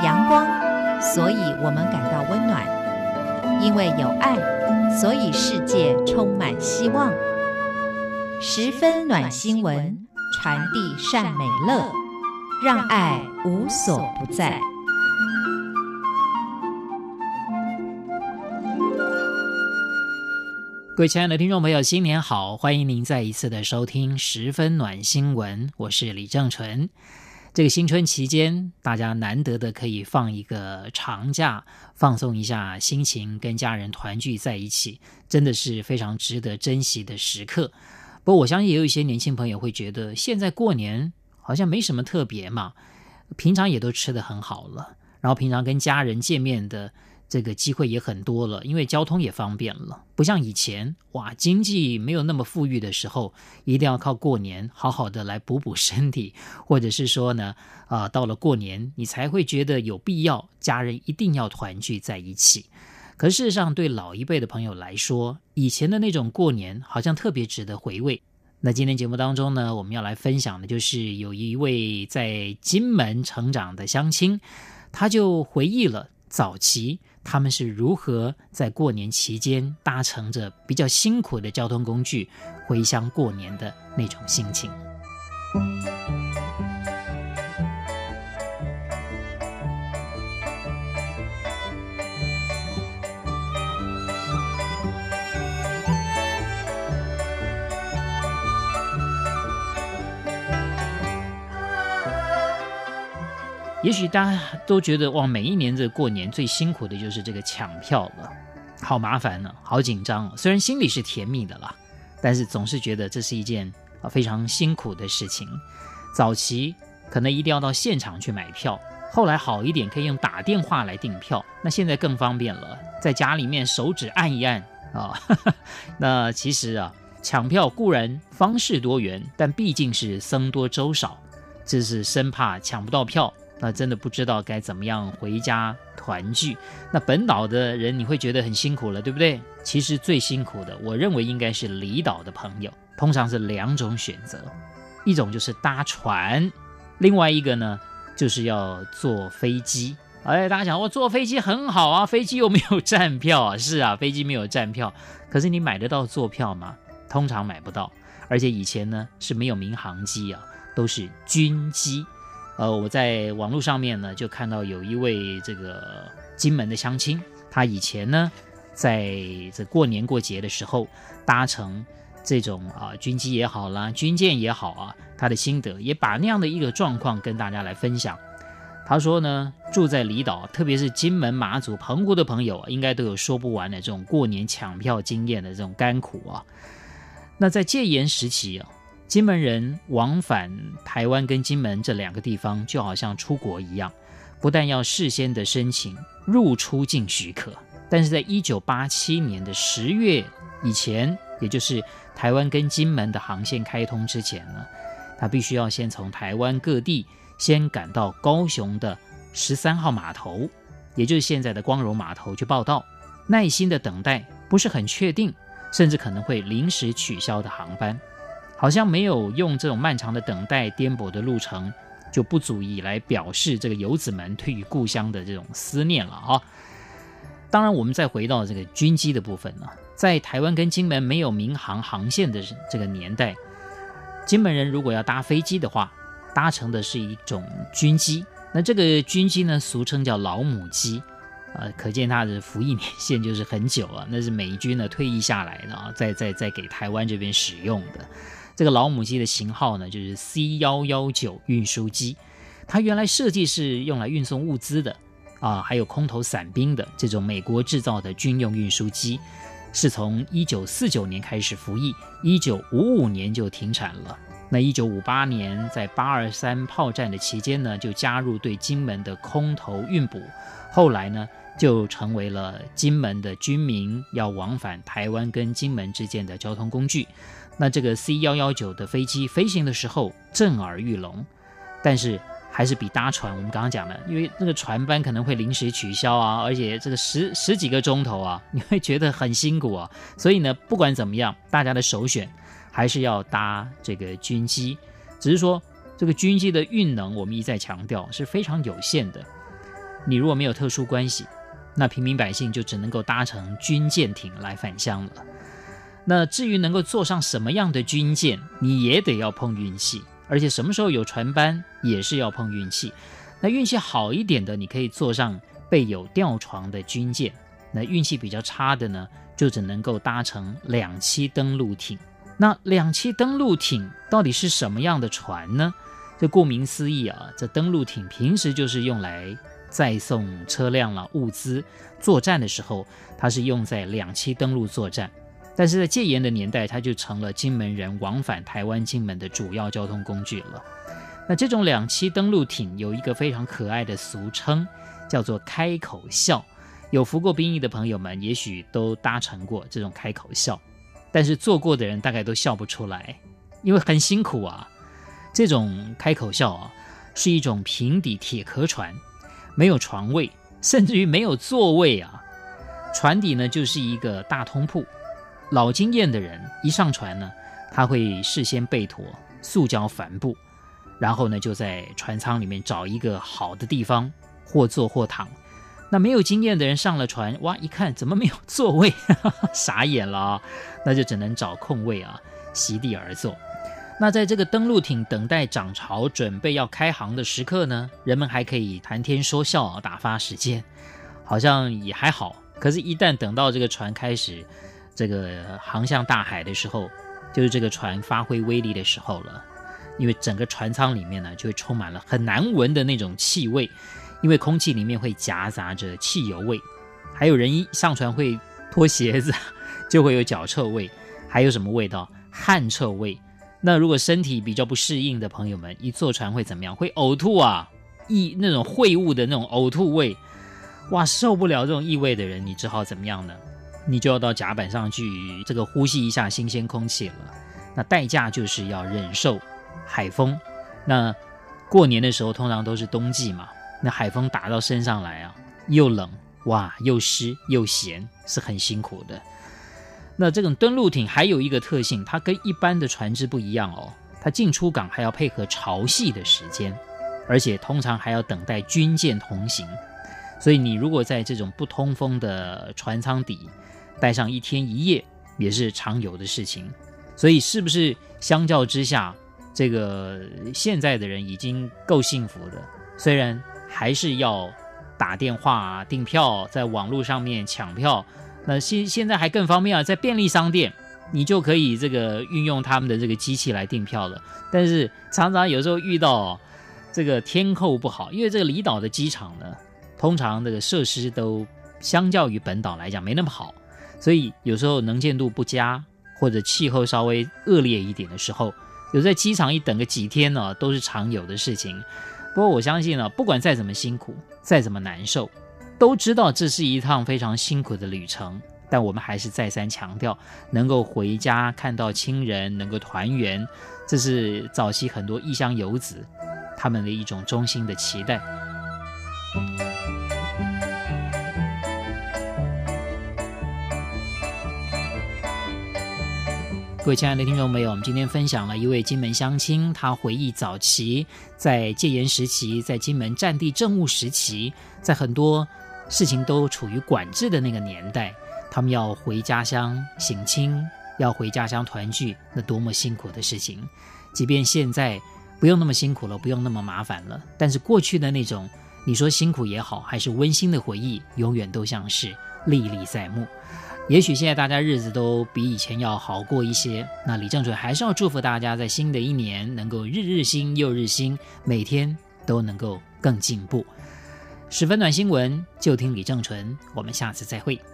阳光，所以我们感到温暖；因为有爱，所以世界充满希望。十分暖心文，传递善美乐，让爱无所不在。 各位亲爱的听众朋友，新年好，欢迎您再一次的收听十分暖新闻，我是李正纯。这个新春期间，大家难得的可以放一个长假，放松一下心情，跟家人团聚在一起，真的是非常值得珍惜的时刻。不过我相信也有一些年轻朋友会觉得，现在过年好像没什么特别嘛，平常也都吃得很好了，然后平常跟家人见面的这个机会也很多了，因为交通也方便了，不像以前哇，经济没有那么富裕的时候，一定要靠过年好好的来补补身体，或者是说呢，到了过年你才会觉得有必要，家人一定要团聚在一起。可事实上，对老一辈的朋友来说，以前的那种过年好像特别值得回味。那今天节目当中呢，我们要来分享的就是有一位在金门成长的乡亲，他就回忆了早期他们是如何在过年期间搭乘着比较辛苦的交通工具回乡过年的那种心情。也许大家都觉得哇，每一年这过年最辛苦的就是这个抢票了，好麻烦呢，好紧张哦。虽然心里是甜蜜的啦，但是总是觉得这是一件非常辛苦的事情。早期可能一定要到现场去买票，后来好一点可以用打电话来订票，那现在更方便了，在家里面手指按一按啊。那其实抢票固然方式多元，但毕竟是僧多粥少，这是生怕抢不到票，那真的不知道该怎么样回家团聚。那本岛的人你会觉得很辛苦了，对不对？其实最辛苦的，我认为应该是离岛的朋友，通常是两种选择，一种就是搭船，另外一个呢就是要坐飞机。大家想，坐飞机很好啊，飞机又没有站票啊。是啊，飞机没有站票，可是你买得到坐票吗？通常买不到，而且以前呢是没有民航机啊，都是军机。我在网络上面呢就看到有一位这个金门的乡亲，他以前呢在这过年过节的时候搭乘这种军机也好啦，军舰也好啊，他的心得也把那样的一个状况跟大家来分享。他说呢，住在离岛，特别是金门、马祖、澎湖的朋友应该都有说不完的这种过年抢票经验的这种甘苦啊。那在戒严时期金门人往返台湾跟金门这两个地方就好像出国一样，不但要事先的申请入出境许可，但是在1987年的10月以前，也就是台湾跟金门的航线开通之前呢，他必须要先从台湾各地先赶到高雄的13号码头，也就是现在的光荣码头去报到，耐心的等待不是很确定，甚至可能会临时取消的航班。好像没有用这种漫长的等待颠簸的路程，就不足以来表示这个游子们对于故乡的这种思念了啊。当然我们再回到这个军机的部分呢，在台湾跟金门没有民航航线的这个年代，金门人如果要搭飞机的话，搭乘的是一种军机。那这个军机呢俗称叫老母机，可见它的服役年限就是很久啊，那是美军呢退役下来的再给台湾这边使用的。这个老母机的型号呢就是 C119 运输机，它原来设计是用来运送物资的还有空投伞兵的这种美国制造的军用运输机，是从1949年开始服役，1955年就停产了。那1958年在823炮战的期间呢，就加入对金门的空投运补，后来呢就成为了金门的军民要往返台湾跟金门之间的交通工具。那这个 C119 的飞机飞行的时候震耳欲聋，但是还是比搭船，我们刚刚讲的，因为那个船班可能会临时取消啊，而且这个十几个钟头啊，你会觉得很辛苦啊。所以呢，不管怎么样，大家的首选还是要搭这个军机。只是说这个军机的运能，我们一再强调是非常有限的。 你如果没有特殊关系，那平民百姓就只能够搭乘军舰艇来返乡了。那至于能够坐上什么样的军舰，你也得要碰运气，而且什么时候有船班也是要碰运气。那运气好一点的，你可以坐上备有吊床的军舰，那运气比较差的呢，就只能够搭乘两栖登陆艇。那两栖登陆艇到底是什么样的船呢？这顾名思义啊，这登陆艇平时就是用来载送车辆啦、物资，作战的时候它是用在两栖登陆作战。但是在戒严的年代，它就成了金门人往返台湾金门的主要交通工具了。那这种两栖登陆艇有一个非常可爱的俗称，叫做开口笑。有服过兵役的朋友们也许都搭乘过这种开口笑，但是坐过的人大概都笑不出来，因为很辛苦啊。这种开口笑啊，是一种平底铁壳船，没有床位，甚至于没有座位啊。船底呢就是一个大通铺，老经验的人一上船呢，他会事先备妥塑胶帆布，然后呢就在船舱里面找一个好的地方，或坐或躺。那没有经验的人上了船，哇，一看怎么没有座位，傻眼了啊！那就只能找空位啊，席地而坐。那在这个登陆艇等待涨潮准备要开航的时刻呢，人们还可以谈天说笑啊，打发时间，好像也还好。可是一旦等到这个船开始这个航向大海的时候，就是这个船发挥威力的时候了。因为整个船舱里面呢，就会充满了很难闻的那种气味，因为空气里面会夹杂着汽油味，还有人一上船会脱鞋子，就会有脚臭味，还有什么味道？汗臭味。那如果身体比较不适应的朋友们，一坐船会怎么样？会呕吐啊，那种秽物的那种呕吐味，哇，受不了这种异味的人，你只好怎么样呢？你就要到甲板上去这个呼吸一下新鲜空气了。那代价就是要忍受海风。那过年的时候通常都是冬季嘛，那海风打到身上来啊，又冷，哇，又湿又咸，是很辛苦的。那这种登陆艇还有一个特性，它跟一般的船只不一样哦，它进出港还要配合潮汐的时间，而且通常还要等待军舰同行。所以你如果在这种不通风的船舱底待上1天1夜，也是常有的事情。所以是不是相较之下，这个现在的人已经够幸福的，虽然还是要打电话订票，在网络上面抢票，那现在还更方便啊，在便利商店你就可以这个运用他们的这个机器来订票了。但是常常有时候遇到这个天候不好，因为这个离岛的机场呢，通常这个设施都相较于本岛来讲没那么好，所以有时候能见度不佳，或者气候稍微恶劣一点的时候，有在机场一等个几天呢，都是常有的事情。不过我相信呢，不管再怎么辛苦，再怎么难受，都知道这是一趟非常辛苦的旅程。但我们还是再三强调，能够回家看到亲人，能够团圆，这是早期很多异乡游子他们的一种衷心的期待。各位亲爱的听众朋友，我们今天分享了一位金门乡亲，他回忆早期在戒严时期，在金门战地政务时期，在很多事情都处于管制的那个年代，他们要回家乡省亲，要回家乡团聚，那多么辛苦的事情。即便现在不用那么辛苦了，不用那么麻烦了，但是过去的那种你说辛苦也好，还是温馨的回忆，永远都像是历历在目。也许现在大家日子都比以前要好过一些，那李正淳还是要祝福大家在新的一年能够日日新又日新，每天都能够更进步。10分暖新闻，就听李正淳，我们下次再会。